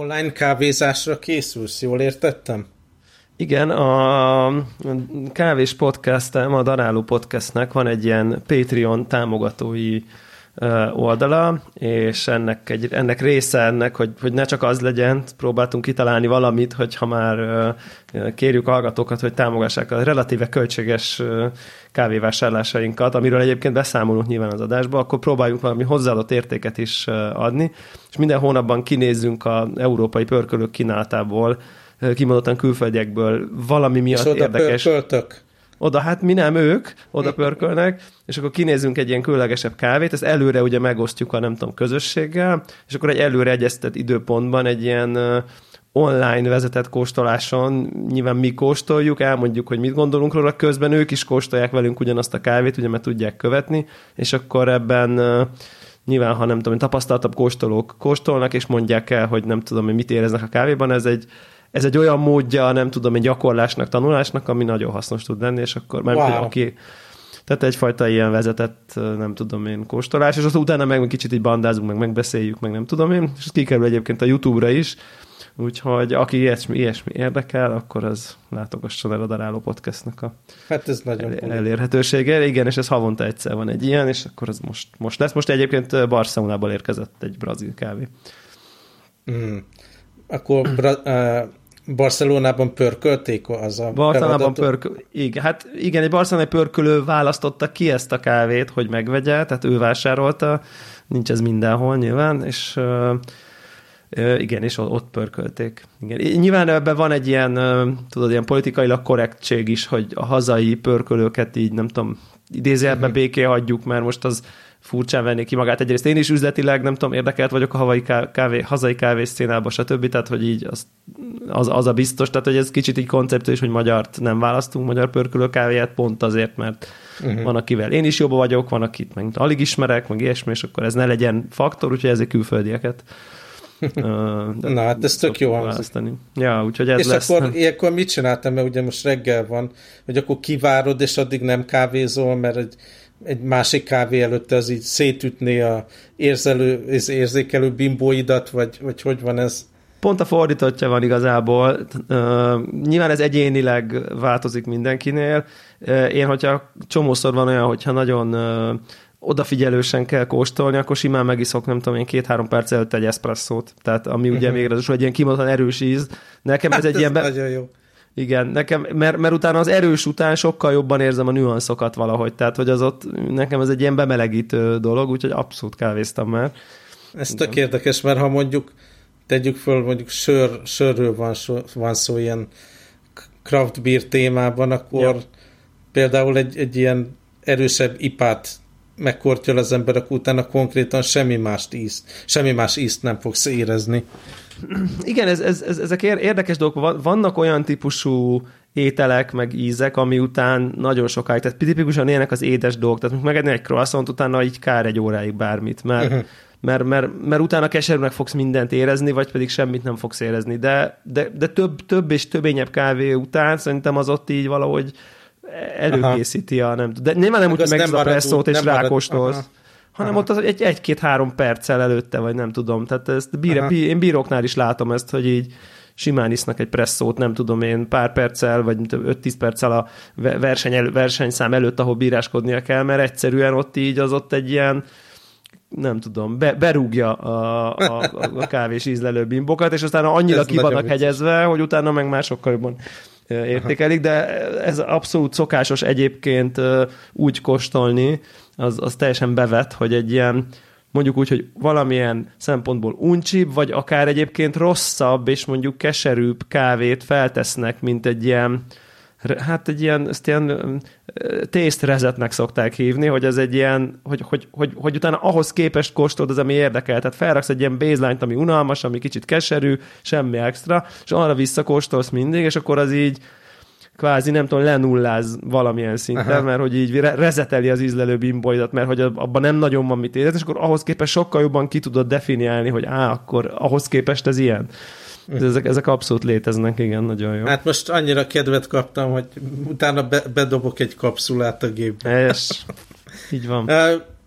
online kávézásra készülsz, jól értettem? Igen, a Kávés Podcastem, a Daráló Podcastnek van egy ilyen Patreon támogatói oldala, és ennek része ennek, hogy ne csak az legyen, próbáltunk kitalálni valamit, hogyha már kérjük a hallgatókat, hogy támogassák a relatíve költséges kávévásárlásainkat, amiről egyébként beszámolunk nyilván az adásba, akkor próbáljunk valami hozzáadott értéket is adni, és minden hónapban kinézzünk az európai pörkölők kínálatából, kimondottan külföldiekből valami miatt és érdekes. Pörköltök. Oda, hát mi nem, ők oda pörkölnek, és akkor kinézzünk egy ilyen különlegesebb kávét, ezt előre ugye megosztjuk a nem tudom közösséggel, és akkor egy előre egyeztetett időpontban egy ilyen online vezetett kóstoláson nyilván mi kóstoljuk, elmondjuk, hogy mit gondolunk róla, közben ők is kóstolják velünk ugyanazt a kávét, ugye mert tudják követni, és akkor ebben nyilván, ha nem tudom, tapasztaltabb kóstolók kóstolnak, és mondják el, hogy nem tudom, hogy mit éreznek a kávéban, ez egy olyan módja, nem tudom, egy gyakorlásnak, tanulásnak, ami nagyon hasznos tud lenni, és akkor már tehát egyfajta ilyen vezetett, nem tudom én, kóstolás, és aztán utána meg kicsit így bandázunk, meg megbeszéljük, meg nem tudom én, és ez kikerül egyébként a YouTube-ra is, úgyhogy aki ilyesmi érdekel, akkor az látogasson el a Daráló Podcastnak a hát ez nagyon elérhetősége. Igen, és ez havonta egyszer van egy ilyen, és akkor ez most lesz. Most egyébként Barcelonából érkezett egy brazil kávé. Akkor Barcelonában pörkölték az a Barcelonában igen, egy barcelonai pörkölő választotta ki ezt a kávét, hogy megvegye, tehát ő vásárolta, nincs ez mindenhol nyilván, és igen, és ott pörkölték. Igen. Nyilván ebben van egy ilyen, ilyen politikailag korrektség is, hogy a hazai pörkölőket így, nem tudom, idézőjelben béké hagyjuk, mert most az furcsán venné ki magát. Egyrészt én is üzletileg, nem tudom, érdekelt vagyok a hazai kávészcénában, stb. Tehát, hogy így az a biztos, tehát, hogy ez kicsit így konceptuális, hogy magyart nem választunk, magyar pörkölő kávéját, pont azért, mert van, akivel én is jobban vagyok, van, akit meg alig ismerek, meg ilyesmi, és akkor ez ne legyen faktor, úgyhogy ezért külföldieket. Na, hát ez tök jó hangzik. Ja, úgyhogy ez és lesz. akkor ilyenkor mit csináltam, mert ugye most reggel van, hogy akkor kivárod, és addig nem kávézol, mert egy másik kávé előtte az így szétütné a érzékelő bimbóidat, vagy hogy van ez? Pont a fordítottja van igazából. Nyilván ez egyénileg változik mindenkinél. Én, hogyha csomószor van olyan, hogyha nagyon odafigyelősen kell kóstolni, akkor simán megiszok, nem tudom én, 2-3 perc előtt egy eszpresszót. Tehát ami ugye még az egy ilyen kimondottan erős íz. Nekem ez egy ilyen... nagyon jó. Igen, nekem, mert utána az erős után sokkal jobban érzem a nüanszokat valahogy, tehát hogy az ott, nekem ez egy ilyen bemelegítő dolog, úgyhogy abszolút kávéztam már. Ez tök érdekes, mert ha mondjuk tegyük föl, mondjuk sörről van szó ilyen craft beer témában, akkor például egy ilyen erősebb ipát megkortyol az ember, akkor utána konkrétan semmi más ízt nem fogsz érezni. Igen, ezek érdekes dolgok. Vannak olyan típusú ételek, meg ízek, ami után nagyon sokáig, tehát tipikusan ilyenek az édes dolgok, tehát megenni egy croissant, utána így kár egy óráig bármit, mert utána keserűnek fogsz mindent érezni, vagy pedig semmit nem fogsz érezni, de több és többényebb kávé után szerintem az ott így valahogy előkészíti a nem tudom. De nyilván nem úgy, hogy megsz a presszót és rákóstolsz, hanem ott az egy-két-három perccel előtte, vagy nem tudom. Tehát ezt én bíróknál is látom ezt, hogy így simán isznak egy presszót, nem tudom én, pár perccel, vagy 5-10 perccel a versenyszám előtt, ahol bíráskodnia kell, mert egyszerűen ott így az ott egy ilyen, nem tudom, berúgja a kávés ízlelő bimbokat, és aztán annyira ki vannak hegyezve, hogy utána meg már sokkal jobban értékelik, de ez abszolút szokásos egyébként úgy kóstolni, az teljesen bevet, hogy egy ilyen, mondjuk úgy, hogy valamilyen szempontból uncsibb, vagy akár egyébként rosszabb, és mondjuk keserűbb kávét feltesznek, mint egy ilyen, hát ezt ilyen taste resetnek szokták hívni, hogy ez egy ilyen, hogy utána ahhoz képest kóstold az, ami érdekel. Tehát felraksz egy ilyen baseline-t, ami unalmas, ami kicsit keserű, semmi extra, és arra visszakóstolsz mindig, és akkor az így kvázi, nem tudom, lenulláz valamilyen szinten, mert hogy így rezeteli az ízlelő bimboidat, mert hogy abban nem nagyon van mit érezni, és akkor ahhoz képest sokkal jobban ki tudod definiálni, hogy akkor ahhoz képest ez ilyen. Ezek abszolút léteznek, igen, nagyon jó. Hát most annyira kedvet kaptam, hogy utána bedobok egy kapszulát a gépbe. Helyes. Így van.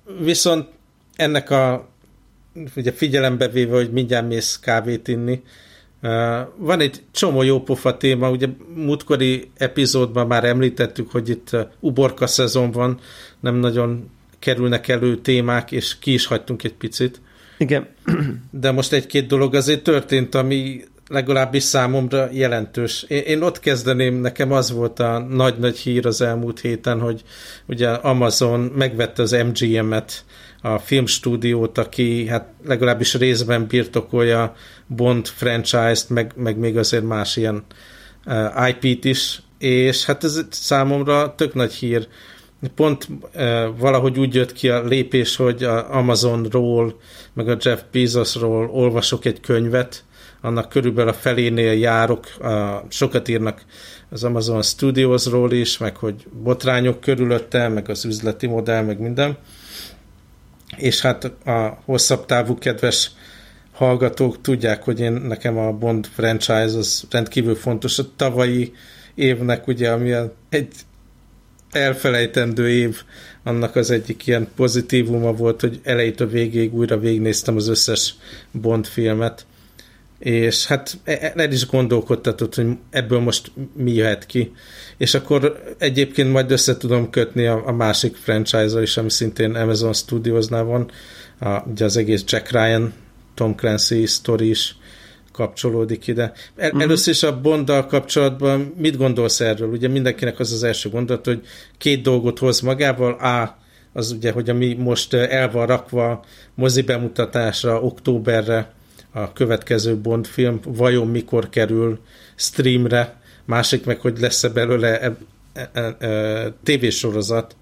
Viszont ennek ugye figyelembe véve, hogy mindjárt mész kávét inni, Van egy csomó jópofa téma, ugye múltkori epizódban már említettük, hogy itt uborka szezon van, nem nagyon kerülnek elő témák, és ki is hagytunk egy picit. Igen. De most egy-két dolog azért történt, ami legalábbis számomra jelentős. Én ott kezdeném, nekem az volt a nagy-nagy hír az elmúlt héten, hogy ugye Amazon megvette az MGM-et, a filmstúdiót, aki hát legalábbis részben birtokolja Bond franchise-t, meg még azért más ilyen IP-t is, és hát ez számomra tök nagy hír. Pont valahogy úgy jött ki a lépés, hogy a Amazonról, meg a Jeff Bezosról olvasok egy könyvet, annak körülbelül a felénél járok, sokat írnak az Amazon Studiosról is, meg hogy botrányok körülötte, meg az üzleti modell, meg minden. És hát a hosszabb távú kedves hallgatók tudják, hogy nekem a Bond franchise az rendkívül fontos. A tavalyi évnek ugye, ami egy elfelejtendő év, annak az egyik ilyen pozitívuma volt, hogy elejétől végéig újra végignéztem az összes Bond filmet, és hát el is gondolkodtatott, hogy ebből most mi jöhet ki. És akkor egyébként majd össze tudom kötni a másik franchise-al is, ami szintén Amazon Studiosnál van, ugye az egész Jack Ryan, Tom Clancy sztori is kapcsolódik ide. Először is a Bonddal kapcsolatban mit gondolsz erről? Ugye mindenkinek az az első gondolat, hogy két dolgot hoz magával. Az ugye, hogy ami most el van rakva mozi bemutatásra, októberre a következő Bond film, vajon mikor kerül streamre, másik meg, hogy lesz-e belőle tévésorozat.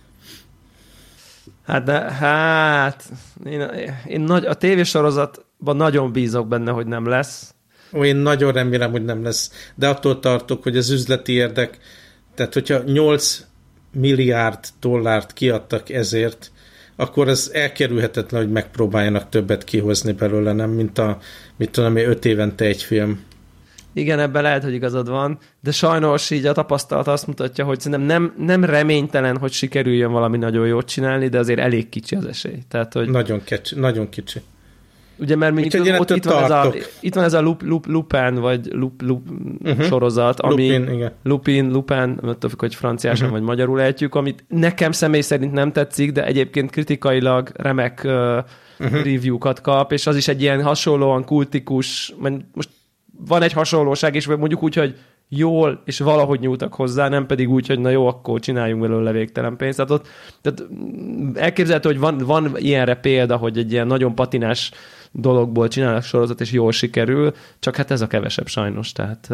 Én a tévésorozatban nagyon bízok benne, hogy nem lesz. Én nagyon remélem, hogy nem lesz, de attól tartok, hogy az üzleti érdek, tehát hogyha 8 milliárd dollárt kiadtak ezért, akkor az elkerülhetetlen, hogy megpróbáljanak többet kihozni belőle, nem mint mit tudom, 5 évente egy film. Igen, ebben lehet, hogy igazad van, de sajnos így a tapasztalat azt mutatja, hogy szerintem nem reménytelen, hogy sikerüljön valami nagyon jót csinálni, de azért elég kicsi az esély. Tehát, hogy... Nagyon kicsi. Ugye, mert mondjuk itt van ez a Lupin, vagy sorozat, ami Lupin, nem tudom, hogy franciásan vagy magyarul ejtjük, amit nekem személy szerint nem tetszik, de egyébként kritikailag remek review-kat kap, és az is egy ilyen hasonlóan kultikus, most van egy hasonlóság, és mondjuk úgy, hogy jól, és valahogy nyúltak hozzá, nem pedig úgy, hogy na jó, akkor csináljunk belőle végtelen pénzt. Tehát elképzelhető, hogy van ilyenre példa, hogy egy ilyen nagyon patinás dologból csinálnak sorozat, és jól sikerül, csak hát ez a kevesebb sajnos, tehát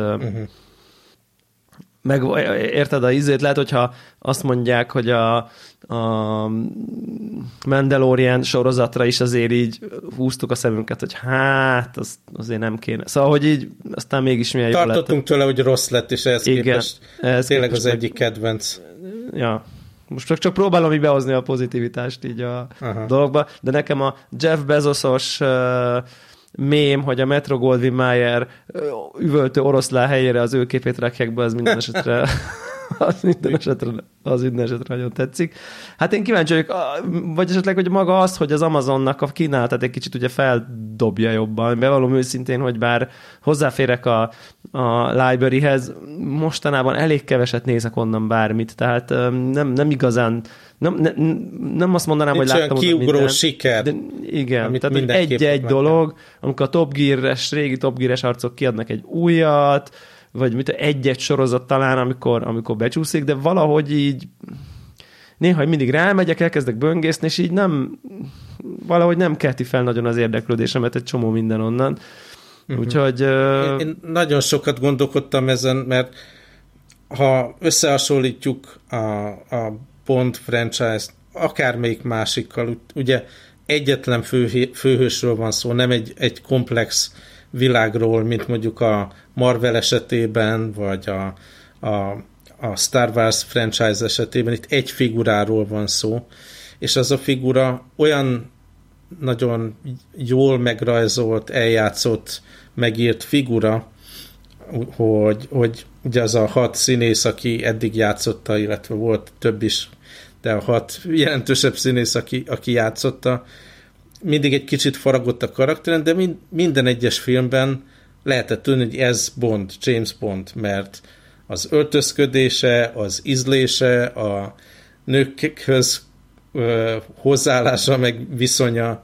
meg érted a ízét, lehet, hogyha azt mondják, hogy a Mandalorian sorozatra is azért így húztuk a szemünket, hogy hát, azért nem kéne. Szóval, hogy így aztán mégis milyen jó lett. Tartottunk tőle, hogy rossz lett, és ehhez képest tényleg az egyik kedvenc. Ja. Most csak próbálom így behozni a pozitivitást így a dologba, de nekem a Jeff Bezosos mém, hogy a Metro Goldwyn Mayer üvöltő oroszlán helyére az ő képét rakják be, az minden esetre az minden esetre nagyon tetszik. Hát én kíváncsi vagyok, vagy esetleg, hogy maga az, hogy az Amazonnak a kínálatát egy kicsit ugye feldobja jobban. Bevallom őszintén, hogy bár hozzáférek a libraryhez, mostanában elég keveset nézek onnan bármit, tehát nem igazán nem azt mondanám, nincs, hogy láttam kiugró siker. De igen, tehát egy-egy dolog, amikor a régi Top Gear-es arcok kiadnak egy újat, vagy egy-egy sorozat talán, amikor becsúszik, de valahogy így néha mindig rámegyek, elkezdek böngészni, és így valahogy nem kelti fel nagyon az érdeklődésemet egy csomó minden onnan. Úgyhogy... Én nagyon sokat gondolkodtam ezen, mert ha összehasonlítjuk a Bond franchise-t akármelyik másikkal, ugye egyetlen főhősről van szó, nem egy komplex világról, mint mondjuk a Marvel esetében, vagy a Star Wars franchise esetében, itt egy figuráról van szó, és az a figura olyan nagyon jól megrajzolt, eljátszott, megírt figura, hogy ugye az a 6 színész, aki eddig játszotta, illetve volt több is, de a 6 jelentősebb színész, aki játszotta, mindig egy kicsit faragott a karakteren, de minden egyes filmben lehetett tudni, hogy ez Bond, James Bond, mert az öltözködése, az ízlése, a nőkhöz hozzáállása, meg viszonya,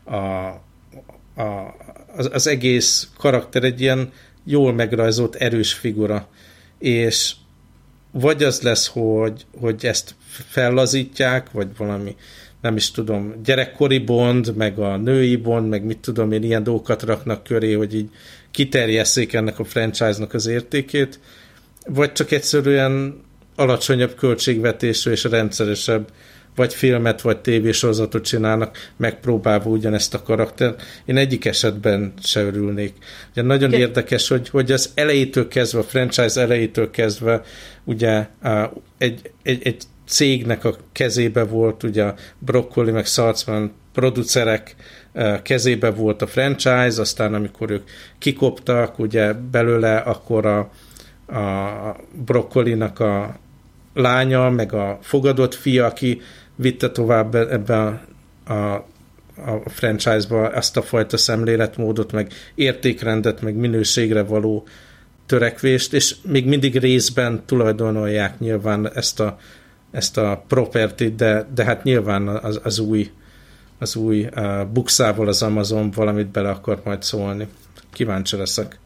az egész karakter egy ilyen jól megrajzolt, erős figura. És vagy az lesz, hogy ezt fellazítják, vagy valami, nem is tudom, gyerekkori Bond, meg a női Bond, meg mit tudom én, ilyen dolgokat raknak köré, hogy így kiterjesszék ennek a franchise-nak az értékét, vagy csak egyszerűen alacsonyabb költségvetésű és rendszeresebb vagy filmet, vagy tévésorozatot csinálnak, megpróbálva ugyanezt a karaktert. Én egyik esetben se örülnék. Ugye nagyon érdekes, hogy az elejétől kezdve, a franchise elejétől kezdve ugye egy cégnek a kezébe volt, ugye a Broccoli meg Saltzman producerek kezébe volt a franchise, aztán amikor ők kikoptak ugye belőle, akkor a Broccolinak a lánya, meg a fogadott fia, aki vitte tovább ebbe a franchise-ba ezt a fajta szemléletmódot, meg értékrendet, meg minőségre való törekvést, és még mindig részben tulajdonolják nyilván ezt a property-t, de hát nyilván az új bukszával az Amazon valamit bele akar majd szólni. Kíváncsi leszek.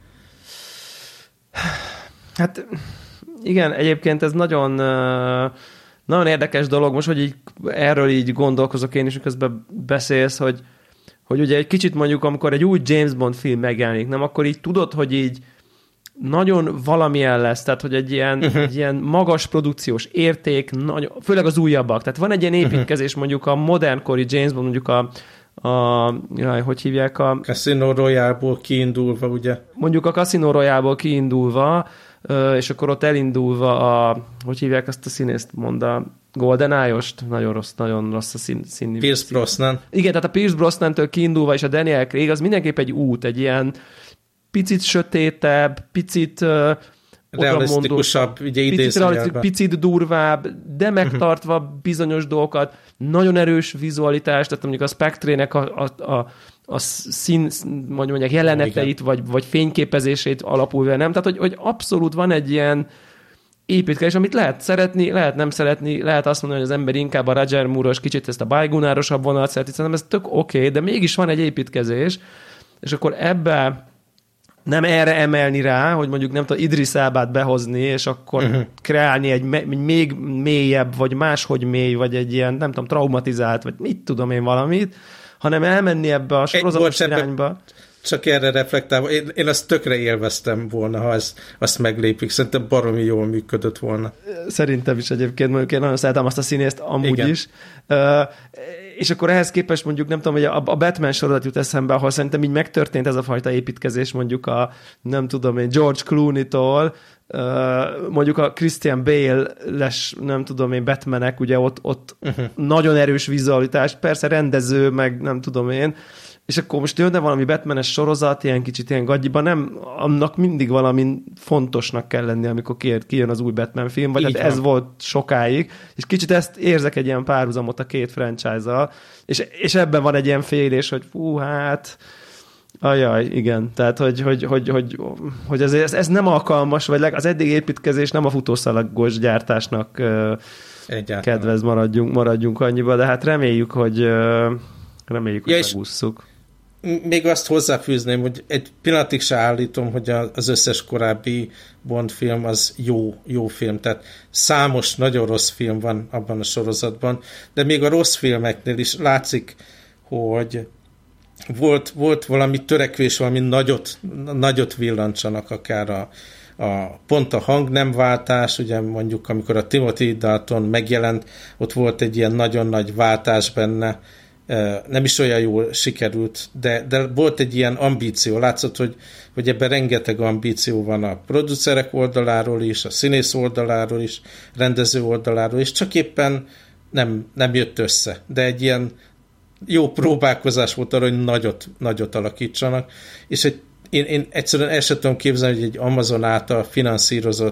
Hát igen, egyébként ez nagyon, nagyon érdekes dolog, most, hogy így, erről így gondolkozok én is, miközben beszélsz, hogy ugye egy kicsit mondjuk, amikor egy új James Bond film megjelenik, nem, akkor így tudod, hogy így nagyon valamilyen lesz, tehát hogy egy ilyen magas produkciós érték, főleg az újabbak. Tehát van egy ilyen építkezés mondjuk a modernkori James Bond, mondjuk hogy hívják a... Casino Royale-ból kiindulva, ugye? Mondjuk a Casino Royale-ból kiindulva, és akkor ott elindulva hogy hívják azt a színészt, mond a GoldenEye-ost? Nagyon rossz a szín. Pierce Brosnan. Igen, tehát a Pierce Brosnantől kiindulva, és a Daniel Craig, az mindenképp egy út, egy ilyen picit sötétebb, picit realisztikusabb, ugye picit durvább, de megtartva bizonyos dolgokat, nagyon erős vizualitás, tehát mondjuk a Spectre-nek a szín, mondjuk jeleneteit, vagy fényképezését alapulva, nem? Tehát, hogy abszolút van egy ilyen építkezés, amit lehet szeretni, lehet nem szeretni, lehet azt mondani, hogy az ember inkább a Roger Moore-os, kicsit ezt a Bygone-árosabb vonalat szereti, szerintem ez tök oké, de mégis van egy építkezés, és akkor ebbe nem erre emelni rá, hogy mondjuk nem tudom, Idris Elbát behozni, és akkor kreálni egy még mélyebb, vagy máshogy mély, vagy egy ilyen, nem tudom, traumatizált, vagy mit tudom én valamit, hanem elmenni ebbe a sorozatos irányba. Csak erre reflektálva, én azt tökre élveztem volna, ha azt meglépik. Szerintem baromi jól működött volna. Szerintem is egyébként, mondjuk én nagyon szeretem azt a színészt amúgy is. És akkor ehhez képest mondjuk, nem tudom, hogy a Batman sorozat jut eszembe, ahol szerintem így megtörtént ez a fajta építkezés, mondjuk nem tudom én, George Clooney-tól, mondjuk a Christian Bale-les, nem tudom én, Batmanek, ugye ott nagyon erős vizualitás, persze rendező, meg nem tudom én, és akkor most jönne valami Batman-es sorozat, ilyen kicsit ilyen gagyiban, nem, annak mindig valami fontosnak kell lenni, amikor kijön az új Batman film, vagy hát ez volt sokáig, és kicsit ezt érzek egy ilyen párhuzamot a két franchise-al, és ebben van egy ilyen félés, hogy fú, hát ajaj, igen, tehát, hogy ez nem alkalmas, vagy az eddig építkezés nem a futószalagos gyártásnak kedvez, maradjunk annyiba, de hát reméljük, hogy megússzuk. Még azt hozzáfűzném, hogy egy pillanatig se állítom, hogy az összes korábbi Bond film az jó film, tehát számos nagyon rossz film van abban a sorozatban, de még a rossz filmeknél is látszik, hogy volt valami törekvés, valami nagyot villancsanak, akár pont a hangnemváltás, ugye mondjuk amikor a Timothy Dalton megjelent, ott volt egy ilyen nagyon nagy váltás benne, nem is olyan jól sikerült, de volt egy ilyen ambíció, látszott, hogy ebben rengeteg ambíció van a producerek oldaláról is, a színész oldaláról is, rendező oldaláról is, csak éppen nem jött össze, de egy ilyen jó próbálkozás volt arra, hogy nagyot alakítsanak, és én egyszerűen el sem tudom képzelni, hogy egy Amazon által finanszírozott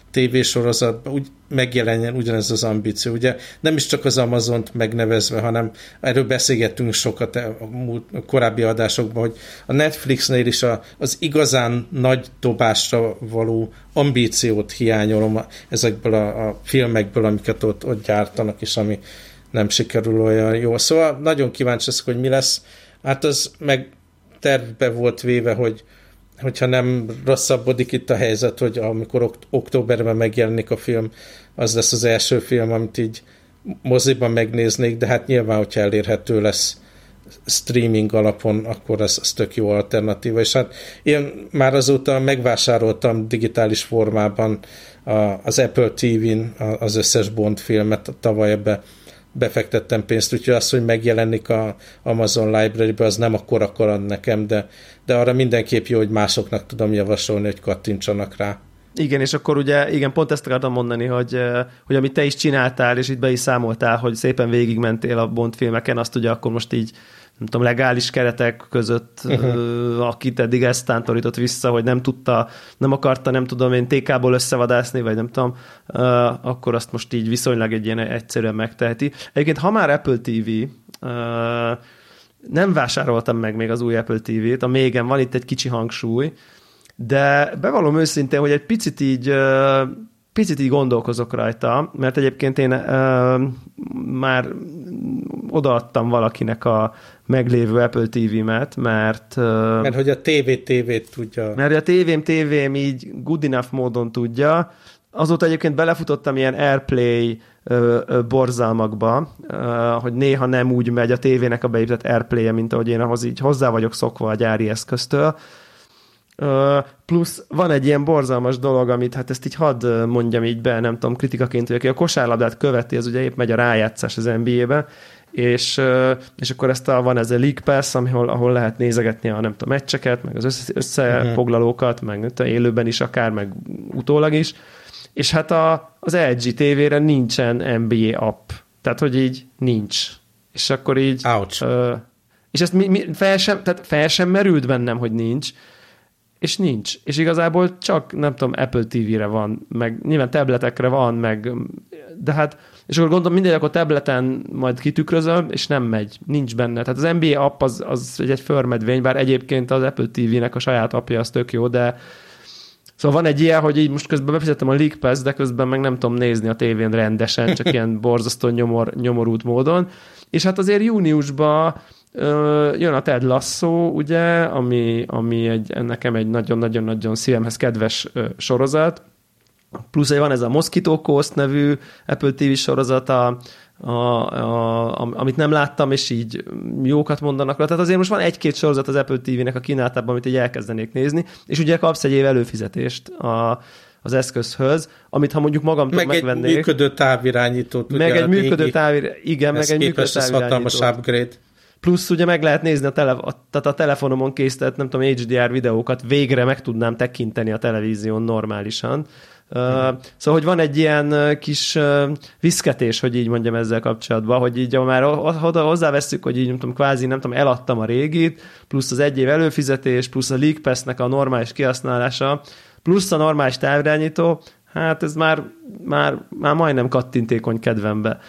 tévésorozatban úgy megjelenjen ugyanez az ambíció. Ugye nem is csak az Amazont megnevezve, hanem erről beszélgettünk sokat a korábbi adásokban, hogy a Netflixnél is az igazán nagy dobásra való ambíciót hiányolom ezekből a filmekből, amiket ott gyártanak, és ami nem sikerül olyan jól. Szóval nagyon kíváncsi leszek, hogy mi lesz. Hát az meg tervbe volt véve, hogyha nem rosszabbodik itt a helyzet, hogy amikor októberben megjelenik a film, az lesz az első film, amit így moziban megnéznék, de hát nyilván, hogyha elérhető lesz streaming alapon, akkor az tök jó alternatíva. És hát én már azóta megvásároltam digitális formában az Apple TV-n az összes Bond filmet, tavaly ebbe befektettem pénzt, úgyhogy az, hogy megjelenik a Amazon Library-be, az nem akkora kaland nekem, de arra mindenképp jó, hogy másoknak tudom javasolni, hogy kattintsanak rá. Igen, és akkor ugye, igen, pont ezt akartam mondani, hogy amit te is csináltál, és itt be is számoltál, hogy szépen végigmentél a Bond filmeken, azt ugye akkor most így, nem tudom, legális keretek között, akit eddig ezt tántorított vissza, hogy nem akarta, nem tudom én, TK-ból összevadászni, vagy nem tudom, akkor azt most így viszonylag egy ilyen egyszerűen megteheti. Egyébként, ha már Apple TV, nem vásároltam meg még az új Apple TV-t, a mégen van itt egy kicsi hangsúly, de bevallom őszintén, hogy egy picit így gondolkozok rajta, mert egyébként én már odaadtam valakinek a meglévő Apple TV-met, mert hogy a TV-t tudja. Mert a tévém így good enough módon tudja. Azóta egyébként belefutottam ilyen AirPlay borzalmakba, hogy néha nem úgy megy a tévének a beépített AirPlay-je, mint ahogy én ahhoz így hozzá vagyok szokva a gyári eszköztől. Plusz van egy ilyen borzalmas dolog, amit hát ezt így hadd mondjam így be, nem tudom, kritikaként, hogy aki a kosárlabdát követi, az ugye épp megy a rájátszás az NBA-be, és akkor van ez a League Pass, ahol lehet nézegetni a nem tudom, meccseket, meg az összefoglalókat, meg élőben is akár, meg utólag is, és hát az LG TV-re nincsen NBA app, tehát hogy így nincs. És akkor így... Ouch. És ezt fel sem merült bennem, hogy nincs, és nincs. És igazából csak, nem tudom, Apple TV-re van, meg nyilván tabletekre van, meg, de hát, és akkor gondolom mindegy, akkor tableten majd kitükrözöm, és nem megy, nincs benne. Tehát az NBA app az egy förmedvény, bár egyébként az Apple TV-nek a saját appja az tök jó, de szóval van egy ilyen, hogy így most közben befizettem a League Pass, de közben meg nem tudom nézni a tévén rendesen, csak ilyen borzasztó nyomorult módon. És hát azért júniusban jön a Ted Lasso, ugye, ami nekem egy nagyon-nagyon-nagyon szívemhez kedves sorozat. Plusz van ez a Mosquito Coast nevű Apple TV sorozat, amit nem láttam, és így jókat mondanak rá. Tehát azért most van egy-két sorozat az Apple TV-nek a kínálatában, amit így elkezdenék nézni, és ugye kapsz egy év előfizetést az eszközhöz, amit ha mondjuk magamtól megvennék. Meg egy működő távirányítót. Meg egy működő távirányítót. Igen, meg egy működő távirányítót. Hatalmas upgrade. Plusz ugye meg lehet nézni tehát a telefonomon készített, nem tudom, HDR videókat végre meg tudnám tekinteni a televízión normálisan. Szóval, hogy van egy ilyen kis viszketés, hogy így mondjam ezzel kapcsolatban, hogy így már hozzávesszük, hogy így nem tudom, kvázi nem tudom, eladtam a régit, plusz az egy év előfizetés, plusz a League Pass-nek a normális kihasználása, plusz a normális távirányító, hát ez már majdnem kattintékony kedvembe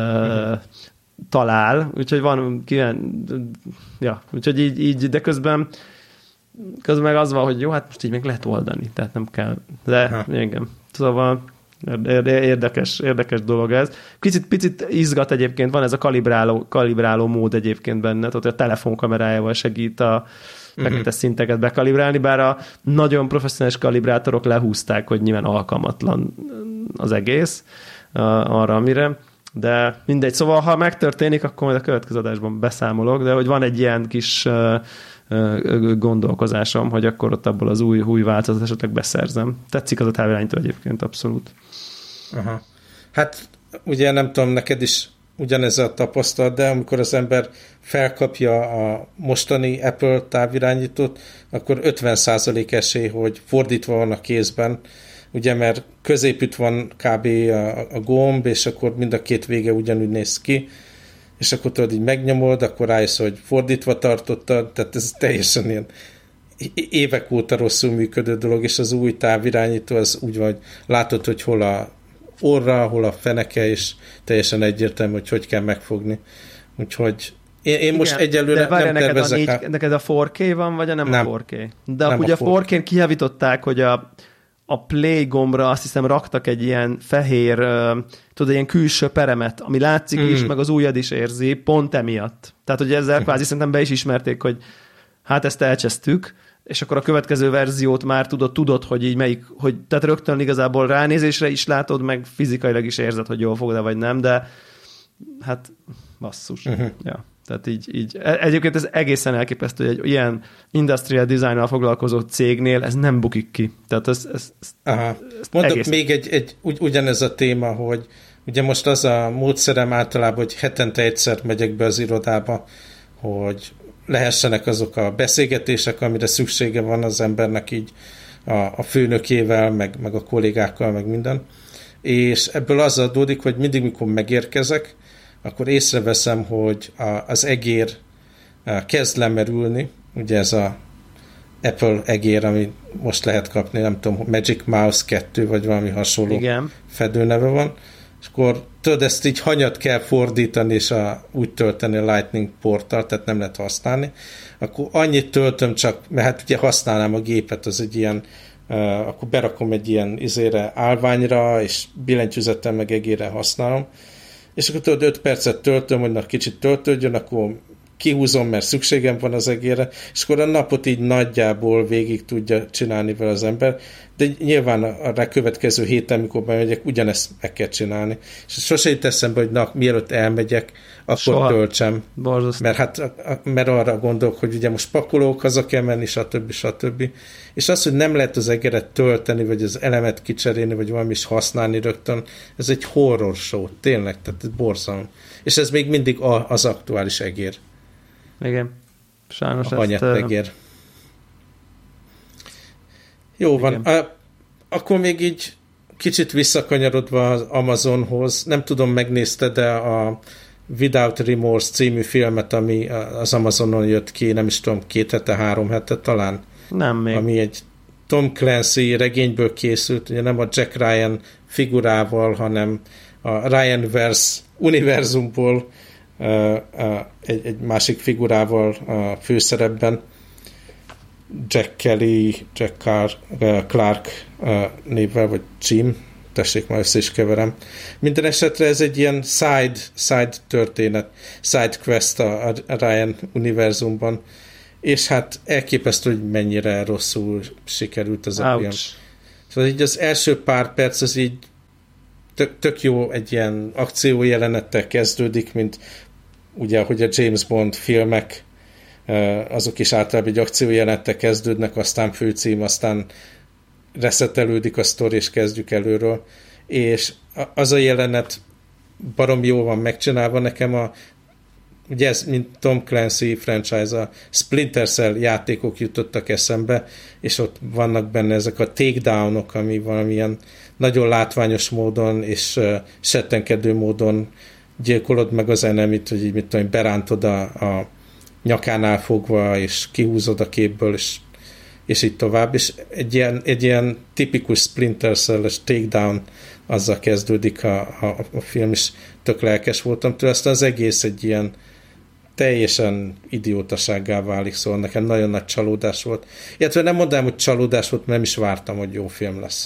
talál, úgyhogy van úgyhogy így, de közben meg az van, hogy jó, hát most így meg lehet oldani, tehát nem kell, de igen, szóval érdekes dolog ez. Picit izgat egyébként, van ez a kalibráló mód egyébként benne, tehát a telefonkamerájával segít a fekete szinteket bekalibrálni, bár a nagyon professzionális kalibrátorok lehúzták, hogy nyilván alkalmatlan az egész arra, amire. De mindegy, szóval ha megtörténik, akkor majd a következő adásban beszámolok, de hogy van egy ilyen kis gondolkozásom, hogy akkor ott abból az új változatot esetleg beszerzem. Tetszik az a távirányító egyébként, abszolút. Aha. Hát ugye nem tudom, neked is ugyanez a tapasztalat, de amikor az ember felkapja a mostani Apple távirányítót, akkor 50% esély, hogy fordítva van a kézben, ugye, mert középütt van kb. A gomb, és akkor mind a két vége ugyanúgy néz ki, és akkor tudod, így megnyomod, akkor rájössz, hogy fordítva tartottad, tehát ez teljesen ilyen évek óta rosszul működő dolog, és az új távirányító az úgy van, hogy látod, hogy hol a orra, hol a feneke, és teljesen egyértelmű, hogy kell megfogni. Úgyhogy én most egyelőre nem tervezek. Neked a 4K van, vagy nem a 4K? De nem ugye a 4K-n kijavították, hogy a play gombra azt hiszem raktak egy ilyen fehér, tudod, ilyen külső peremet, ami látszik is, meg az ujjad is érzi, pont emiatt. Tehát, hogy ezzel kvázi szerintem be is ismerték, hogy hát ezt elcsesztük, és akkor a következő verziót már tudod, hogy így tehát rögtön igazából ránézésre is látod, meg fizikailag is érzed, hogy jól fogod, vagy nem, de hát basszus. Ja. Tehát így egyébként ez egészen elképesztő, hogy egy ilyen industrial design-nal foglalkozó cégnél ez nem bukik ki. Tehát ez mondok egész... még ugyanez a téma, hogy ugye most az a módszerem általában, hogy hetente egyszer megyek be az irodába, hogy lehessenek azok a beszélgetések, amire szüksége van az embernek így a főnökével, meg a kollégákkal, meg minden. És ebből az adódik, hogy mindig, mikor megérkezek, akkor észreveszem, hogy az egér kezd lemerülni, ugye ez a Apple egér, ami most lehet kapni, nem tudom, Magic Mouse 2, vagy valami hasonló fedőneve van, és akkor tudod, ezt így hanyat kell fordítani, és úgy tölteni a Lightning porttal, tehát nem lehet használni. Akkor annyit töltöm csak, mert hát ugye használnám a gépet, az egy ilyen, akkor berakom egy ilyen állványra, és billentyűzettel meg egérre használom, és akkor tudod, 5 percet töltöm, hogy kicsit töltődjön, akkor kihúzom, mert szükségem van az egérre, és akkor a napot így nagyjából végig tudja csinálni vele az ember, de nyilván a következő héten, mikor bemegyek, ugyanezt meg kell csinálni. És sose jut eszembe, hogy mielőtt elmegyek, akkor töltsem. Mert arra gondolok, hogy ugye most pakolók, haza kell menni, stb. És az, hogy nem lehet az egeret tölteni, vagy az elemet kicserélni, vagy valami is használni rögtön, ez egy horror show, tényleg, tehát ez borzalom. És ez még mindig az aktuális egér. Igen. Sajnos a hanyat-egér. Jó van. Akkor még így kicsit visszakanyarodva az Amazonhoz, nem tudom, megnézted, de a Without Remorse című filmet, ami az Amazonon jött ki, nem is tudom, 2 hete, 3 hete talán? Nem még. Ami egy Tom Clancy regényből készült, ugye nem a Jack Ryan figurával, hanem a Ryan-verse univerzumból egy másik figurával a főszerepben, Jack Clark névvel, vagy Jim, tessék, már össze is keverem. Minden esetre ez egy ilyen side történet, side quest a Ryan univerzumban, és hát elképesztő, hogy mennyire rosszul sikerült az a film. Szóval így az első pár perc az így tök jó, egy ilyen akciójelenettel kezdődik, mint ugye, ahogy a James Bond filmek, azok is általában egy akciójelenettel kezdődnek, aztán főcím, aztán reszetelődik a sztori, és kezdjük előről. És az a jelenet barom jó van megcsinálva. Nekem ugye ez, mint Tom Clancy franchise, a Splinter Cell játékok jutottak eszembe, és ott vannak benne ezek a takedownok, ami valamilyen nagyon látványos módon és settenkedő módon gyilkolod meg az enemit, hogy így mit tudom, berántod a nyakánál fogva, és kihúzod a képből, és így tovább. És egy ilyen tipikus Splinter Cell-es takedown, azzal kezdődik a film, és tök lelkes voltam tőle. Aztán az egész egy ilyen teljesen idiótasággá válik, szóval nekem nagyon nagy csalódás volt. Illetve nem mondanám, hogy csalódás volt, mert nem is vártam, hogy jó film lesz.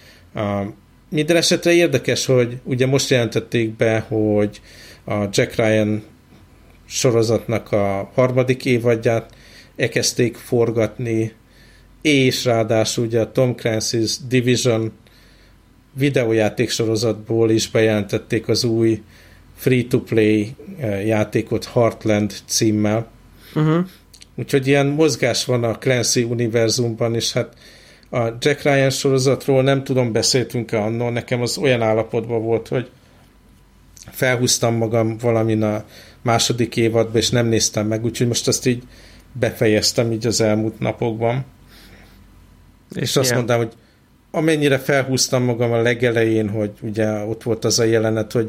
Minden esetre érdekes, hogy ugye most jelentették be, hogy a Jack Ryan sorozatnak a 3. évadját elkezdték forgatni, és ráadásul ugye a Tom Clancy's Division videójáték sorozatból is bejelentették az új free-to-play játékot Heartland címmel. Úgyhogy ilyen mozgás van a Clancy univerzumban, és hát a Jack Ryan sorozatról nem tudom, beszéltünk-e annól, nekem az olyan állapotban volt, hogy felhúztam magam valamin a 2. évadban, és nem néztem meg, úgyhogy most azt így befejeztem így az elmúlt napokban. És azt mondtam, hogy amennyire felhúztam magam a legelején, hogy ugye ott volt az a jelenet, hogy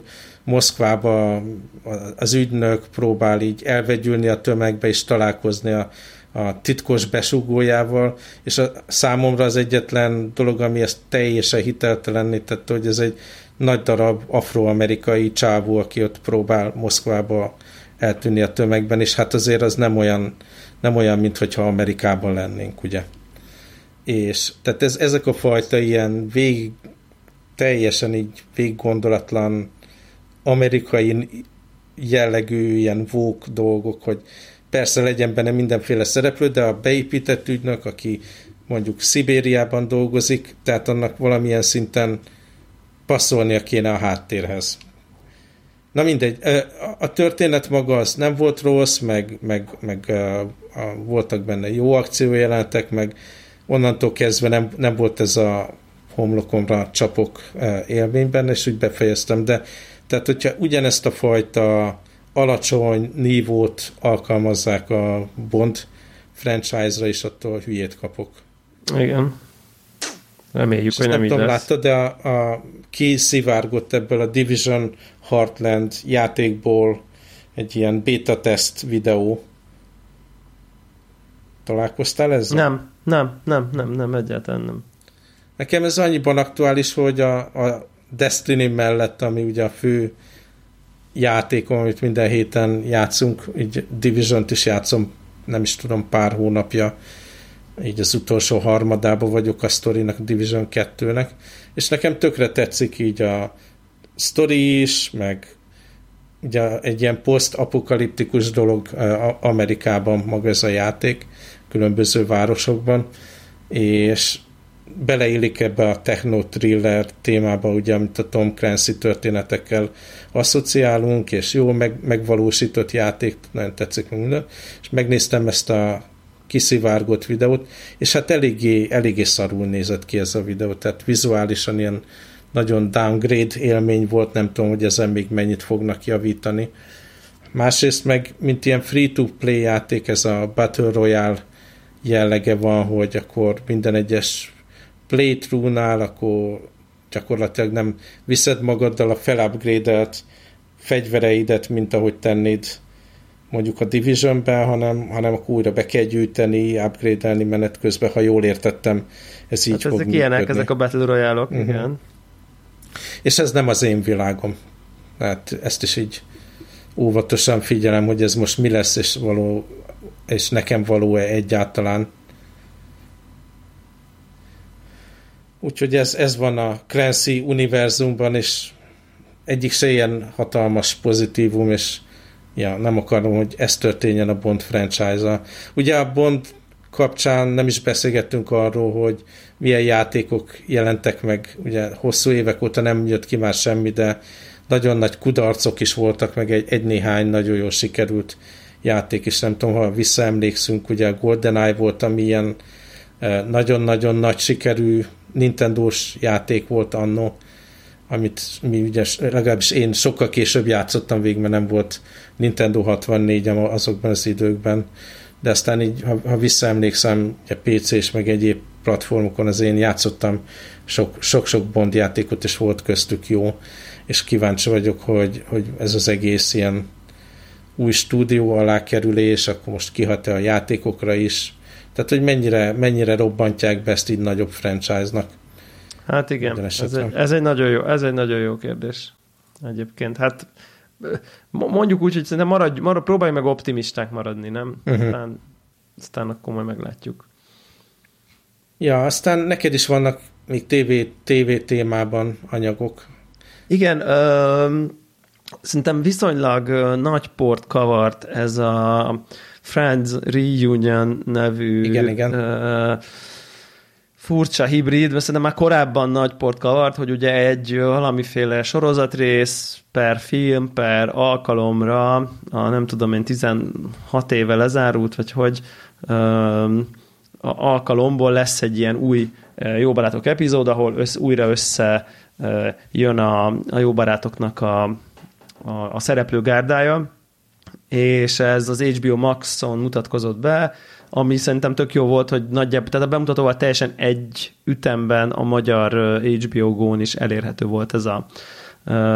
Moszkvába az ügynök próbál így elvegyülni a tömegbe, és találkozni a a titkos besugójával, és számomra az egyetlen dolog, ami ezt teljesen hiteltelenné tette, hogy ez egy nagy darab afroamerikai csávó, aki ott próbál Moszkvába eltűnni a tömegben, és hát azért az nem olyan, mint hogyha Amerikában lennénk, ugye. És tehát ezek a fajta ilyen teljesen így véggondolatlan amerikai jellegű ilyen woke dolgok, hogy persze legyen benne mindenféle szereplő, de a beépített ügynök, aki mondjuk Szibériában dolgozik, tehát annak valamilyen szinten passzolnia kéne a háttérhez. Na mindegy, a történet maga az nem volt rossz, meg voltak benne jó akciójelentek, meg onnantól kezdve nem volt ez a homlokomra csapok élményben, és úgy befejeztem, de tehát, hogyha ugyanezt a fajta alacsony nívót alkalmazzák a Bond franchise-ra, és attól hülyét kapok. Igen. Reméljük, hogy nem így lesz. Láttad, de a kiszivárgott ebből a Division Heartland játékból egy ilyen beta test videó. Találkoztál ezzel? Nem, egyáltalán nem. Nekem ez annyiban aktuális, hogy a Destiny mellett, ami ugye a fő játékom, amit minden héten játszunk, így Division-t is játszom, nem is tudom, pár hónapja, így az utolsó harmadában vagyok a sztorinak, Division 2-nek, és nekem tökre tetszik így a sztori is, meg ugye egy ilyen posztapokaliptikus dolog Amerikában maga ez a játék, különböző városokban, és beleillik ebbe a techno-thriller témába, ugye, amit a Tom Clancy történetekkel asszociálunk, és jól megvalósított játék, nagyon tetszik minden, és megnéztem ezt a kiszivárgott videót, és hát eléggé szarul nézett ki ez a videó, tehát vizuálisan ilyen nagyon downgrade élmény volt, nem tudom, hogy ezen még mennyit fognak javítani. Másrészt meg, mint ilyen free-to-play játék, ez a Battle Royale jellege van, hogy akkor minden egyes playthrough-nál, akkor gyakorlatilag nem viszed magaddal a felupgrade-elt fegyvereidet, mint ahogy tennéd mondjuk a Division-ben, hanem akkor újra be kell gyűjteni, upgrade-elni menet közben, ha jól értettem, ez így hát fog ezek működni. Ilyenek, ezek a Battle Royale-ok, igen. És ez nem az én világom. Hát ezt is így óvatosan figyelem, hogy ez most mi lesz, és nekem való-e egyáltalán. Úgyhogy ez van a Clancy univerzumban, és egyik se ilyen hatalmas pozitívum, és nem akarom, hogy ez történjen a Bond franchise-a. Ugye a Bond kapcsán nem is beszélgettünk arról, hogy milyen játékok jelentek meg, ugye hosszú évek óta nem jött ki már semmi, de nagyon nagy kudarcok is voltak, meg egy-néhány nagyon jól sikerült játék is, nem tudom, ha visszaemlékszünk, ugye a GoldenEye volt, ami ilyen nagyon-nagyon nagy sikerű Nintendo-s játék volt anno, amit mi ugye, legalábbis én sokkal később játszottam végig, mert nem volt Nintendo 64-em azokban az időkben, de aztán így, ha visszaemlékszem, ugye PC és meg egyéb platformokon az én játszottam sok-sok Bond játékot, és volt köztük jó, és kíváncsi vagyok, hogy ez az egész ilyen új stúdió alá kerülés, akkor most kihat-e a játékokra is, tehát hogy mennyire robbantják be ezt így nagyobb franchise-nak. Hát igen, ez egy nagyon jó kérdés egyébként. Hát mondjuk úgy, hogy szerintem próbálj meg optimisták maradni, nem? Aztán akkor majd meglátjuk. Ja, aztán neked is vannak még TV témában anyagok. Igen, szerintem viszonylag nagy port kavart ez a Friends Reunion nevű igen. Furcsa hibrid, mert szerintem már korábban nagy port kavart, hogy ugye egy valamiféle sorozatrész per film, per alkalomra, nem tudom én 16 éve lezárult, vagy hogy alkalomból lesz egy ilyen új Jó Barátok epizód, ahol újra össze jön a Jó Barátoknak a szereplő gárdája, és ez az HBO Max-on mutatkozott be, ami szerintem tök jó volt, hogy nagyjából, tehát a bemutatóval teljesen egy ütemben a magyar HBO Go-n is elérhető volt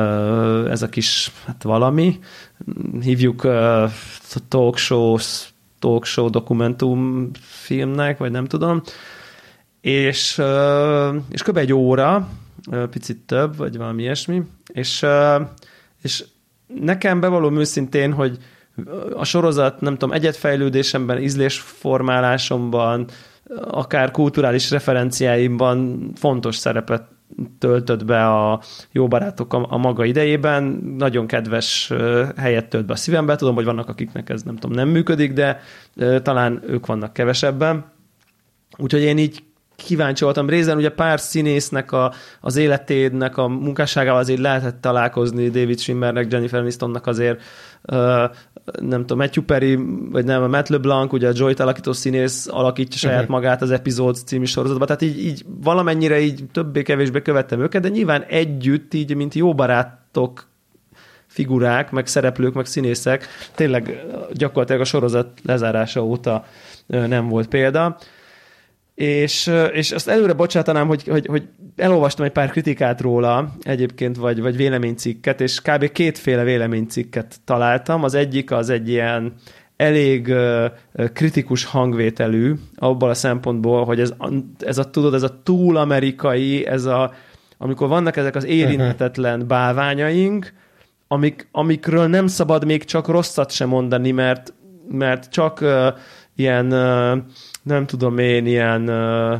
ez a kis valami. Hívjuk talk show talk show dokumentumfilmnek, vagy nem tudom, és kb. Egy óra, picit több, vagy valami ilyesmi, és nekem bevallom őszintén, hogy a sorozat, nem tudom, egyetfejlődésemben, ízlésformálásomban, akár kulturális referenciáimban fontos szerepet töltött be a Jó barátok a maga idejében, nagyon kedves helyet tölt be a szívembe, tudom, hogy vannak, akiknek ez nem tudom, nem működik, de talán ők vannak kevesebben. Úgyhogy én így kíváncsi voltam. Részen ugye pár színésznek az életének a munkásságával azért lehetett találkozni, David Schwimmernek, Jennifer Anistonnak azért nem tudom, Matthew Perry, vagy nem, Matt LeBlanc, ugye a Joy-t alakító színész alakítja saját magát az Episodes című sorozatban, tehát így valamennyire így többé-kevésbé követtem őket, de nyilván együtt így, mint jó barátok figurák, meg szereplők, meg színészek, tényleg gyakorlatilag a sorozat lezárása óta nem volt példa. És azt előre bocsátanám, hogy elolvastam egy pár kritikát róla egyébként, vagy véleménycikket, és kb. Kétféle véleménycikket találtam. Az egyik az egy ilyen elég kritikus hangvételű, abban a szempontból, hogy ez a túl amerikai, amikor vannak ezek az érinthetetlen bálványaink, amikről nem szabad még csak rosszat sem mondani, mert csak ilyen nem tudom én, ilyen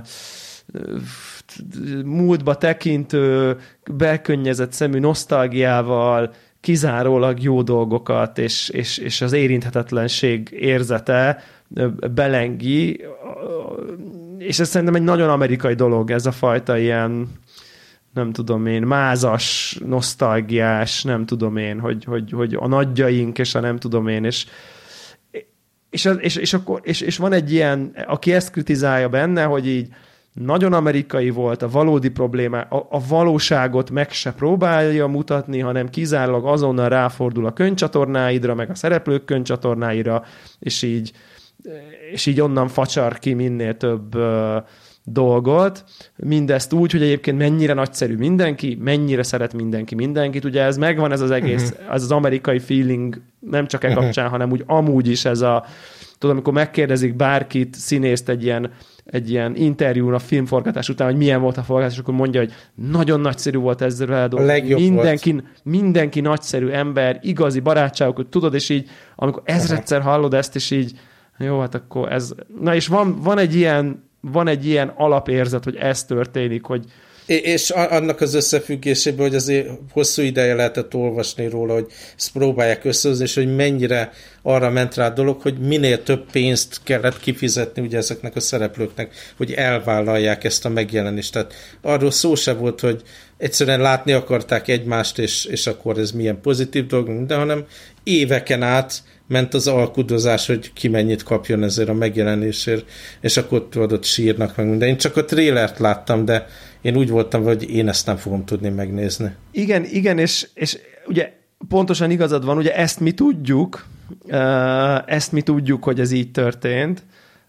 múltba tekintő, bekönnyezett szemű nosztalgiával kizárólag jó dolgokat, és az érinthetetlenség érzete belengi, és ez szerintem egy nagyon amerikai dolog, ez a fajta ilyen, nem tudom én, mázas, nosztalgiás, nem tudom én, hogy a nagyjaink, és a nem tudom én, és van egy ilyen, aki ezt kritizálja benne, hogy így nagyon amerikai volt, a valódi probléma, a valóságot meg se próbálja mutatni, hanem kizárólag azonnal ráfordul a könyvcsatornáidra, meg a szereplők könyvcsatornáira, és így onnan facsar ki minél több dolgot. Mindezt úgy, hogy egyébként mennyire nagyszerű mindenki, mennyire szeret mindenki mindenkit. Ugye ez megvan, ez az egész, az amerikai feeling, nem csak kapcsán, hanem úgy amúgy is ez tudom, amikor megkérdezik bárkit, színészt egy ilyen interjún a filmforgatás után, hogy milyen volt a forgatás, akkor mondja, hogy nagyon nagyszerű volt ezzel eldolgozni. Mindenki nagyszerű ember, igazi barátságok, tudod, és így, amikor ezredszer hallod ezt, és így, jó, hát akkor ez... Na, és van egy ilyen alapérzet, hogy ez történik, hogy... És annak az összefüggésében, hogy azért hosszú ideje lehetett olvasni róla, hogy ezt próbálják összehozni, és hogy mennyire arra ment rá a dolog, hogy minél több pénzt kellett kifizetni ugye ezeknek a szereplőknek, hogy elvállalják ezt a megjelenést. Tehát arról szó se volt, hogy egyszerűen látni akarták egymást, és akkor ez milyen pozitív dolog, de hanem éveken át ment az alkudozás, hogy ki mennyit kapjon ezért a megjelenésért, és akkor ott sírnak meg minden. Én csak a trélert láttam, de én úgy voltam, hogy én ezt nem fogom tudni megnézni. Igen, és ugye pontosan igazad van, ugye ezt mi tudjuk, hogy ez így történt,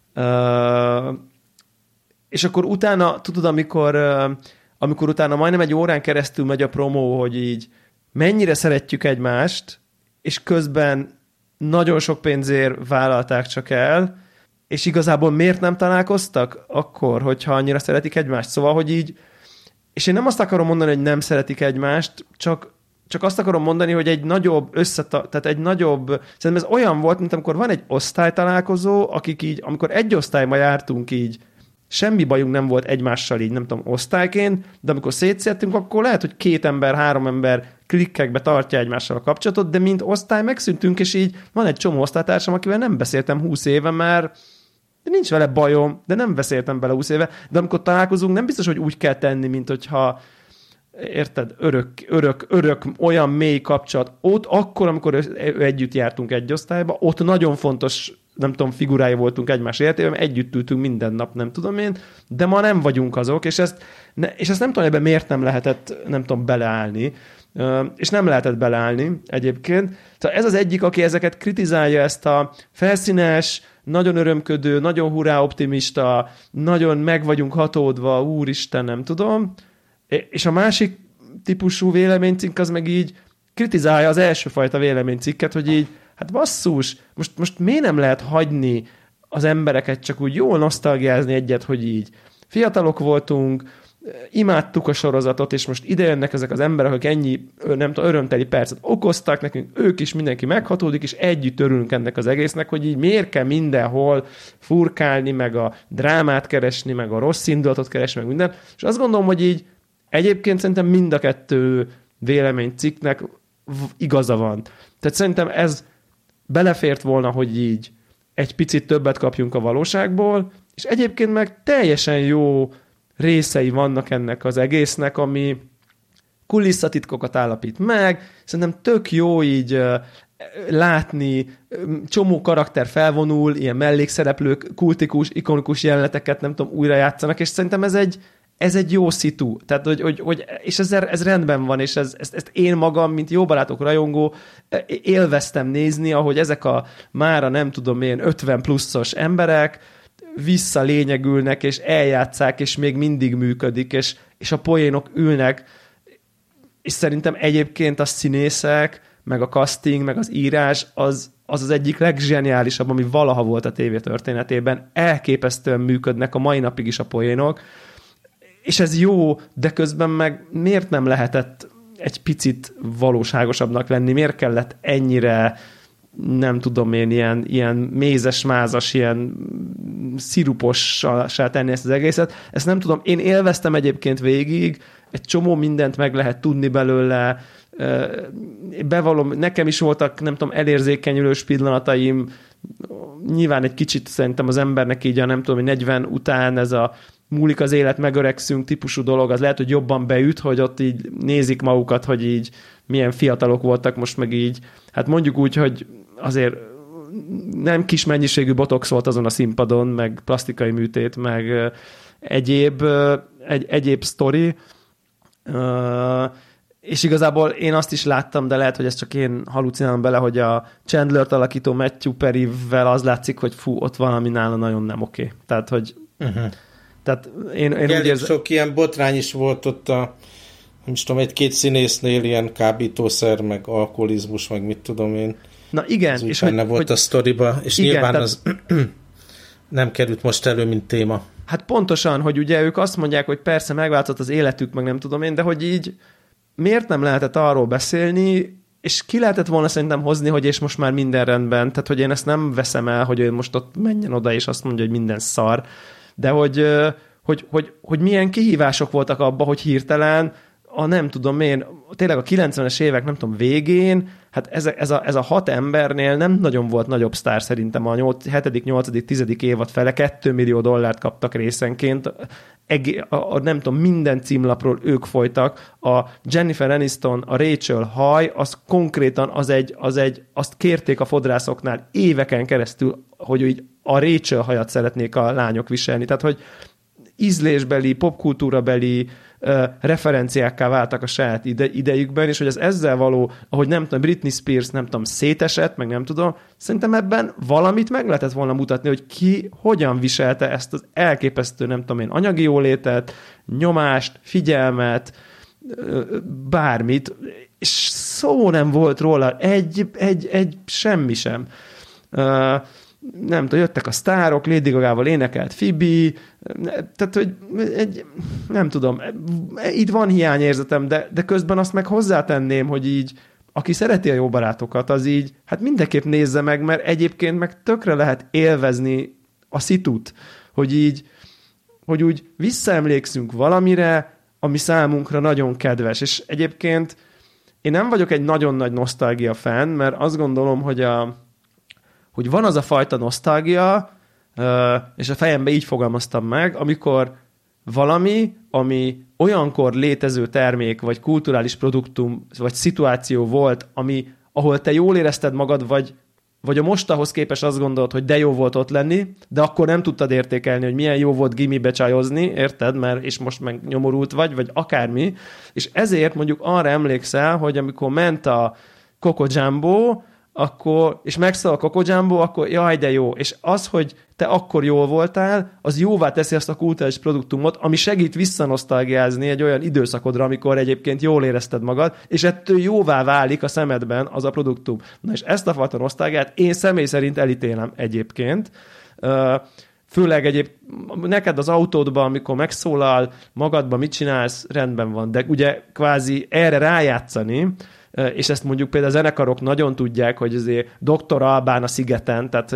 és akkor utána, tudod, amikor utána majdnem egy órán keresztül megy a promó, hogy így mennyire szeretjük egymást, és közben nagyon sok pénzért vállalták csak el, és igazából miért nem találkoztak akkor, hogyha annyira szeretik egymást? Szóval, hogy így, és én nem azt akarom mondani, hogy nem szeretik egymást, csak azt akarom mondani, hogy egy nagyobb tehát egy nagyobb, szerintem ez olyan volt, mint amikor van egy osztálytalálkozó, akik így, amikor egy osztályba jártunk így, semmi bajunk nem volt egymással így, nem tudom, osztályként, de amikor szétszedtünk, akkor lehet, hogy 2 ember, 3 ember klikkekbe tartja egymással a kapcsolatot, de mint osztály megszűntünk, és így van egy csomó osztálytársam, akivel nem beszéltem 20 éve már, de nincs vele bajom, de nem beszéltem bele 20 éve, de amikor találkozunk, nem biztos, hogy úgy kell tenni, mint hogyha érted, örök olyan mély kapcsolat. Ott akkor, amikor együtt jártunk egy osztályba, ott nagyon fontos, nem tudom, figurái voltunk egymás életében, együtt ültünk minden nap, nem tudom én, de ma nem vagyunk azok, és ezt nem tudom, ebben miért nem lehetett, nem tudom, beleállni, és nem lehetett beleállni egyébként. Tehát ez az egyik, aki ezeket kritizálja, ezt a felszínes, nagyon örömködő, nagyon hurrá optimista, nagyon meg vagyunk hatódva, úristen, nem tudom. És a másik típusú véleménycikk az meg így kritizálja az első fajta véleménycikket, hogy így, hát basszus, most miért nem lehet hagyni az embereket csak úgy jól nosztalgiázni egyet, hogy így fiatalok voltunk, imádtuk a sorozatot, és most ide jönnek ezek az emberek, akik ennyi, nem tudom, örömteli percet okoztak nekünk, ők is, mindenki meghatódik, és együtt örülünk ennek az egésznek, hogy így miért kell mindenhol furkálni, meg a drámát keresni, meg a rossz indulatot keresni, meg minden. És azt gondolom, hogy így egyébként szerintem mind a kettő véleménycikknek igaza van. Tehát szerintem ez belefért volna, hogy így egy picit többet kapjunk a valóságból, és egyébként meg teljesen jó részei vannak ennek az egésznek, ami kulisszatitkokat állapít meg. Szerintem tök jó így látni, csomó karakter felvonul, ilyen mellékszereplők, kultikus, ikonikus jeleneteket, nem tudom, újra játszanak, és szerintem ez egy jó szitu. Tehát, és ez rendben van, és ezt én magam, mint jó barátok rajongó, élveztem nézni, ahogy ezek a mára nem tudom én 50 pluszos emberek visszalényegülnek, és eljátszák, és még mindig működik, és a poénok ülnek, és szerintem egyébként a színészek, meg a casting, meg az írás, az egyik legzseniálisabb, ami valaha volt a tévé történetében. Elképesztően működnek a mai napig is a poénok, és ez jó, de közben meg miért nem lehetett egy picit valóságosabbnak lenni? Miért kellett ennyire, nem tudom én, ilyen mézes-mázas, ilyen szirupossá tenni ezt az egészet? Ezt nem tudom. Én élveztem egyébként végig, egy csomó mindent meg lehet tudni belőle, bevallom, nekem is voltak, nem tudom, elérzékenyülős pillanataim, nyilván egy kicsit szerintem az embernek így a nem tudom, 40 után ez a múlik az élet, megöregszünk típusú dolog, az lehet, hogy jobban beüt, hogy ott így nézik magukat, hogy így milyen fiatalok voltak, most meg így, hát mondjuk úgy, hogy azért nem kis mennyiségű botox volt azon a színpadon, meg plastikai műtét, meg egyéb sztori, és igazából én azt is láttam, de lehet, hogy ezt csak én halucinálom bele, hogy a Chandlert alakító Matthew Perryvel az látszik, hogy ott valami nála nagyon nem oké. Tehát, hogy tehát én úgy érzem... Sok ilyen botrány is volt ott nem is tudom, egy-két színésznél ilyen kábítószer, meg alkoholizmus, meg mit tudom én. Na igen. Az és benne volt a sztoriba, és igen, nyilván tehát... az nem került most elő, mint téma. Hát pontosan, hogy ugye ők azt mondják, hogy persze megváltozott az életük, meg nem tudom én, de hogy így miért nem lehetett arról beszélni, és ki lehetett volna szerintem hozni, hogy és most már minden rendben, tehát hogy én ezt nem veszem el, hogy ő most ott menjen oda, és azt mondja, hogy minden szar, de hogy milyen kihívások voltak abban, hogy hirtelen nem tudom én, tényleg a 90-es évek, nem tudom, végén, hát ez a 6 embernél nem nagyon volt nagyobb sztár szerintem a 7., 8., 10. évad fele, $2 millió kaptak részenként, nem tudom, minden címlapról ők folytak, a Jennifer Aniston, a Rachel haj, az konkrétan azt kérték a fodrászoknál éveken keresztül, hogy így a Rachel hajat szeretnék a lányok viselni, tehát hogy ízlésbeli, popkultúrabeli referenciákká váltak a saját idejükben, és hogy az ezzel való, ahogy nem tudom, Britney Spears, nem tudom, szétesett, meg nem tudom, szerintem ebben valamit meg lehetett volna mutatni, hogy ki hogyan viselte ezt az elképesztő, nem tudom én, anyagi jólétet, nyomást, figyelmet, bármit, és szó nem volt róla, egy semmi sem. Nem tudom, jöttek a sztárok, Lady Gagával énekelt Phoebe, tehát, hogy nem tudom, itt van hiányérzetem, de közben azt meg hozzátenném, hogy így, aki szereti a jó barátokat, az így, hát mindenképp nézze meg, mert egyébként meg tökre lehet élvezni a szitut, hogy úgy visszaemlékszünk valamire, ami számunkra nagyon kedves, és egyébként én nem vagyok egy nagyon nagy nosztalgia fan, mert azt gondolom, hogy van az a fajta nosztalgia, és a fejembe így fogalmaztam meg, amikor valami, ami olyankor létező termék, vagy kulturális produktum, vagy szituáció volt, ahol te jól érezted magad, vagy a mostahoz képest azt gondolod, hogy de jó volt ott lenni, de akkor nem tudtad értékelni, hogy milyen jó volt gimibe csajozni, érted? És most meg nyomorult vagy akármi. És ezért mondjuk arra emlékszel, hogy amikor ment a Coco Jumbo, akkor, és megszól a Coco Jumbo, akkor jaj, de jó. És az, hogy te akkor jól voltál, az jóvá teszi azt a kulturális produktumot, ami segít visszanosztalgiázni egy olyan időszakodra, amikor egyébként jól érezted magad, és ettől jóvá válik a szemedben az a produktum. Na és ezt a fajta nosztalgiát én személy szerint elítélem egyébként. Főleg neked az autódban, amikor megszólal, magadban mit csinálsz, rendben van. De ugye kvázi erre rájátszani, és ezt mondjuk például a zenekarok nagyon tudják, hogy azért Dr. Albán a szigeten, tehát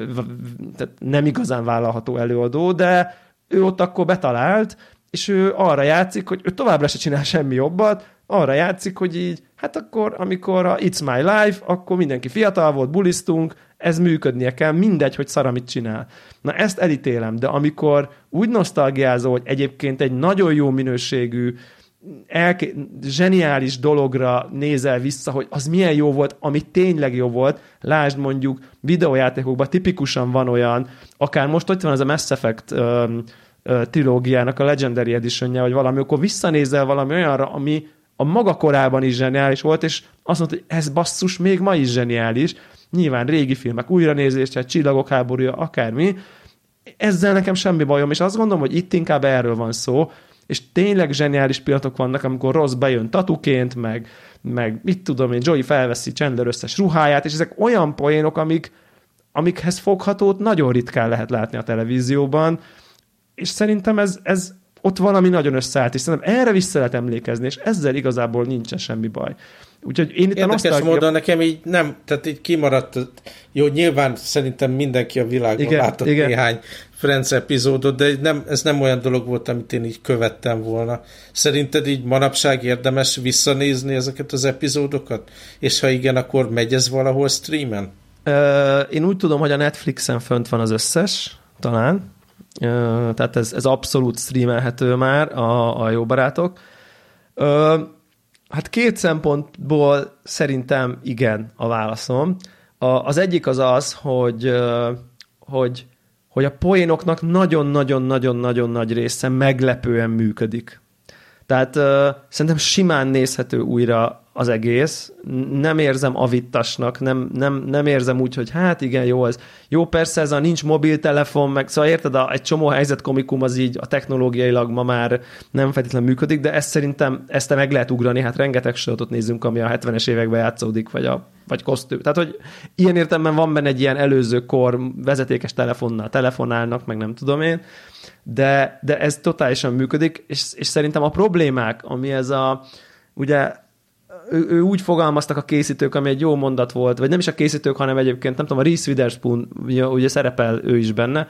nem igazán vállalható előadó, de ő ott akkor betalált, és ő arra játszik, hogy ő továbbra se csinál semmi jobbat, arra játszik, hogy így, hát akkor, amikor a It's My Life, akkor mindenki fiatal volt, bulisztunk, ez működnie kell, mindegy, hogy szar, amit csinál. Na ezt elítélem, de amikor úgy nosztalgiázol, hogy egyébként egy nagyon jó minőségű, zseniális dologra nézel vissza, hogy az milyen jó volt, ami tényleg jó volt, lásd mondjuk videójátékokban tipikusan van olyan, akár most ott van ez a Mass Effect trilógiának a Legendary Edition-je, vagy valami, akkor visszanézel valami olyanra, ami a maga korában is zseniális volt, és azt mondta, hogy ez basszus még ma is zseniális. Nyilván régi filmek újranézése, Csillagok háborúja, akármi. Ezzel nekem semmi bajom, és azt gondolom, hogy itt inkább erről van szó, és tényleg zseniális pillanatok vannak, amikor Ross bejön tatuként, meg mit tudom én, Joey felveszi Chandler összes ruháját, és ezek olyan poénok, amikhez foghatót nagyon ritkán lehet látni a televízióban, és szerintem ez ott valami nagyon összeállt, és szerintem erre vissza lehet emlékezni, és ezzel igazából nincsen semmi baj. Úgyhogy én itt érdekes módon nekem így nem, tehát így kimaradt, jó, nyilván szerintem mindenki a világon látott néhány Friends epizódot, de ez nem olyan dolog volt, amit én így követtem volna. Szerinted így manapság érdemes visszanézni ezeket az epizódokat? És ha igen, akkor megy ez valahol streamen? Én úgy tudom, hogy a Netflixen fönt van az összes, talán. Tehát ez abszolút streamelhető már, a jó barátok. Hát két szempontból szerintem igen a válaszom. Az egyik az, hogy a poénoknak nagyon-nagyon-nagyon-nagyon nagy része meglepően működik. Tehát szerintem simán nézhető újra az egész. Nem érzem avittasnak, nem érzem úgy, hogy hát igen, jó ez. Jó, persze ez a nincs mobiltelefon, meg szóval érted, egy csomó helyzetkomikum az így a technológiailag ma már nem feltétlenül működik, de ezt szerintem meg lehet ugrani, hát rengeteg sorozatot nézzünk, ami a 70-es években játszódik, vagy kosztüm. Tehát, hogy ilyen értelemben van benne egy ilyen előző kor vezetékes telefonnal telefonálnak, meg nem tudom én, de ez totálisan működik, és szerintem a problémák, ami ez ugye ő úgy fogalmaztak a készítők, ami egy jó mondat volt, vagy nem is a készítők, hanem egyébként, nem tudom, a Reese Witherspoon, ugye szerepel ő is benne,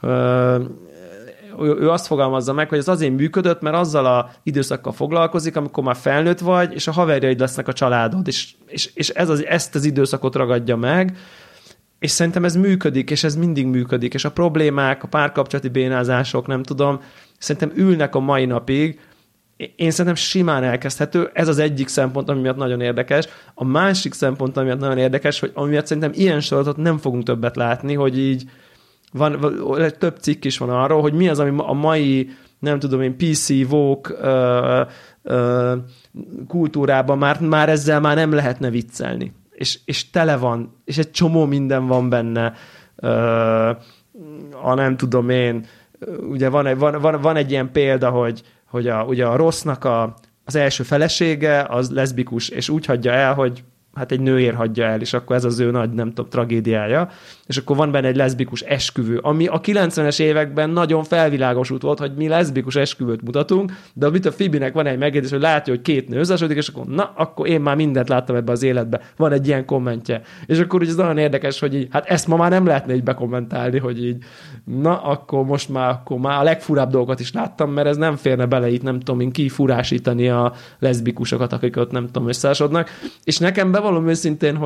ő azt fogalmazza meg, hogy ez azért működött, mert azzal a időszakkal foglalkozik, amikor már felnőtt vagy, és a haverjaid lesznek a családod, és ezt az időszakot ragadja meg, és szerintem ez működik, és ez mindig működik, és a problémák, a párkapcsolati bénázások, nem tudom, szerintem ülnek a mai napig. Én szerintem simán elkezdhető, ez az egyik szempont, ami miatt nagyon érdekes. A másik szempont, ami miatt nagyon érdekes, hogy ami miatt szerintem ilyen sorozatot nem fogunk többet látni, hogy így több cikk is van arról, hogy mi az, ami a mai, nem tudom én, PC, woke kultúrában már ezzel már nem lehetne viccelni. És tele van, és egy csomó minden van benne, nem tudom én, ugye van egy ilyen példa, hogy ugye a Rossnak az első felesége az leszbikus, és úgy hagyja el, hogy hát egy nőért hagyja el, és akkor ez az ő nagy, nem tudom, tragédiája, és akkor van benne egy leszbikus esküvő, ami a 90-es években nagyon felvilágosult volt, hogy mi leszbikus esküvőt mutatunk, de a Phoebe-nek van egy megjegyzés, hogy látja, hogy két nő összesödik, és akkor akkor én már mindent láttam ebbe az életbe. Van egy ilyen kommentje. És akkor ugye ez nagyon érdekes, hogy így, hát ezt ma már nem lehetne így bekommentálni, hogy így, akkor most már a legfurább dolgokat is láttam, mert ez nem férne bele itt, nem tudom én kifurásítani a leszbikusokat, akik ott nem tudom összeásodnak. És nekem bevallom őszintén,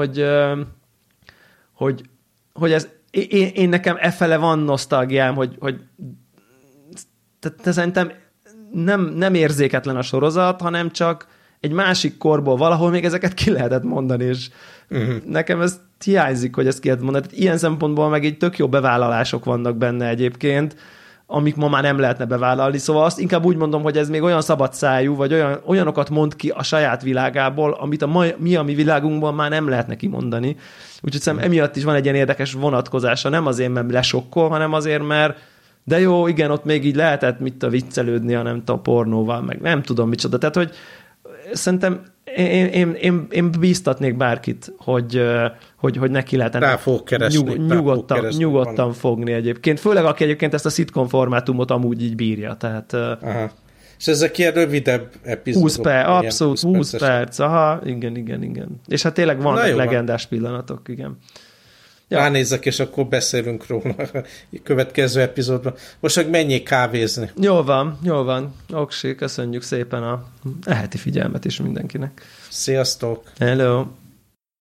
hogy ez, én nekem efele van nosztalgiám, hogy te szerintem nem érzéketlen a sorozat, hanem csak egy másik korból valahol még ezeket ki lehetett mondani, és nekem ez hiányzik, hogy ezt ki lehet mondani. Tehát ilyen szempontból meg így tök jó bevállalások vannak benne egyébként, amik ma már nem lehetne bevállalni. Szóval azt inkább úgy mondom, hogy ez még olyan szabadszájú, vagy olyanokat mond ki a saját világából, amit a mi világunkban már nem lehetne kimondani. Úgyhogy szerintem emiatt is van egy ilyen érdekes vonatkozása, nem azért, mert lesokkol, hanem azért, mert de jó, igen, ott még így lehetett viccelődni, a nem tudom, pornóval, meg nem tudom micsoda. Tehát, hogy szerintem én bíztatnék bárkit, hogy neki lehetne nyugodtan fogni egyébként. Főleg aki egyébként ezt a sitcom formátumot amúgy így bírja. Tehát, és ezek ilyen rövidebb epizódok. 20 perc, abszolút 20 perc. Aha, igen. És hát tényleg vannak legendás pillanatok, igen. Ja. Ránézzek, és akkor beszélünk róla a következő epizódban. Most meg menjél kávézni. Jól van. Oksi, köszönjük szépen a heti figyelmet is mindenkinek. Sziasztok! Hello!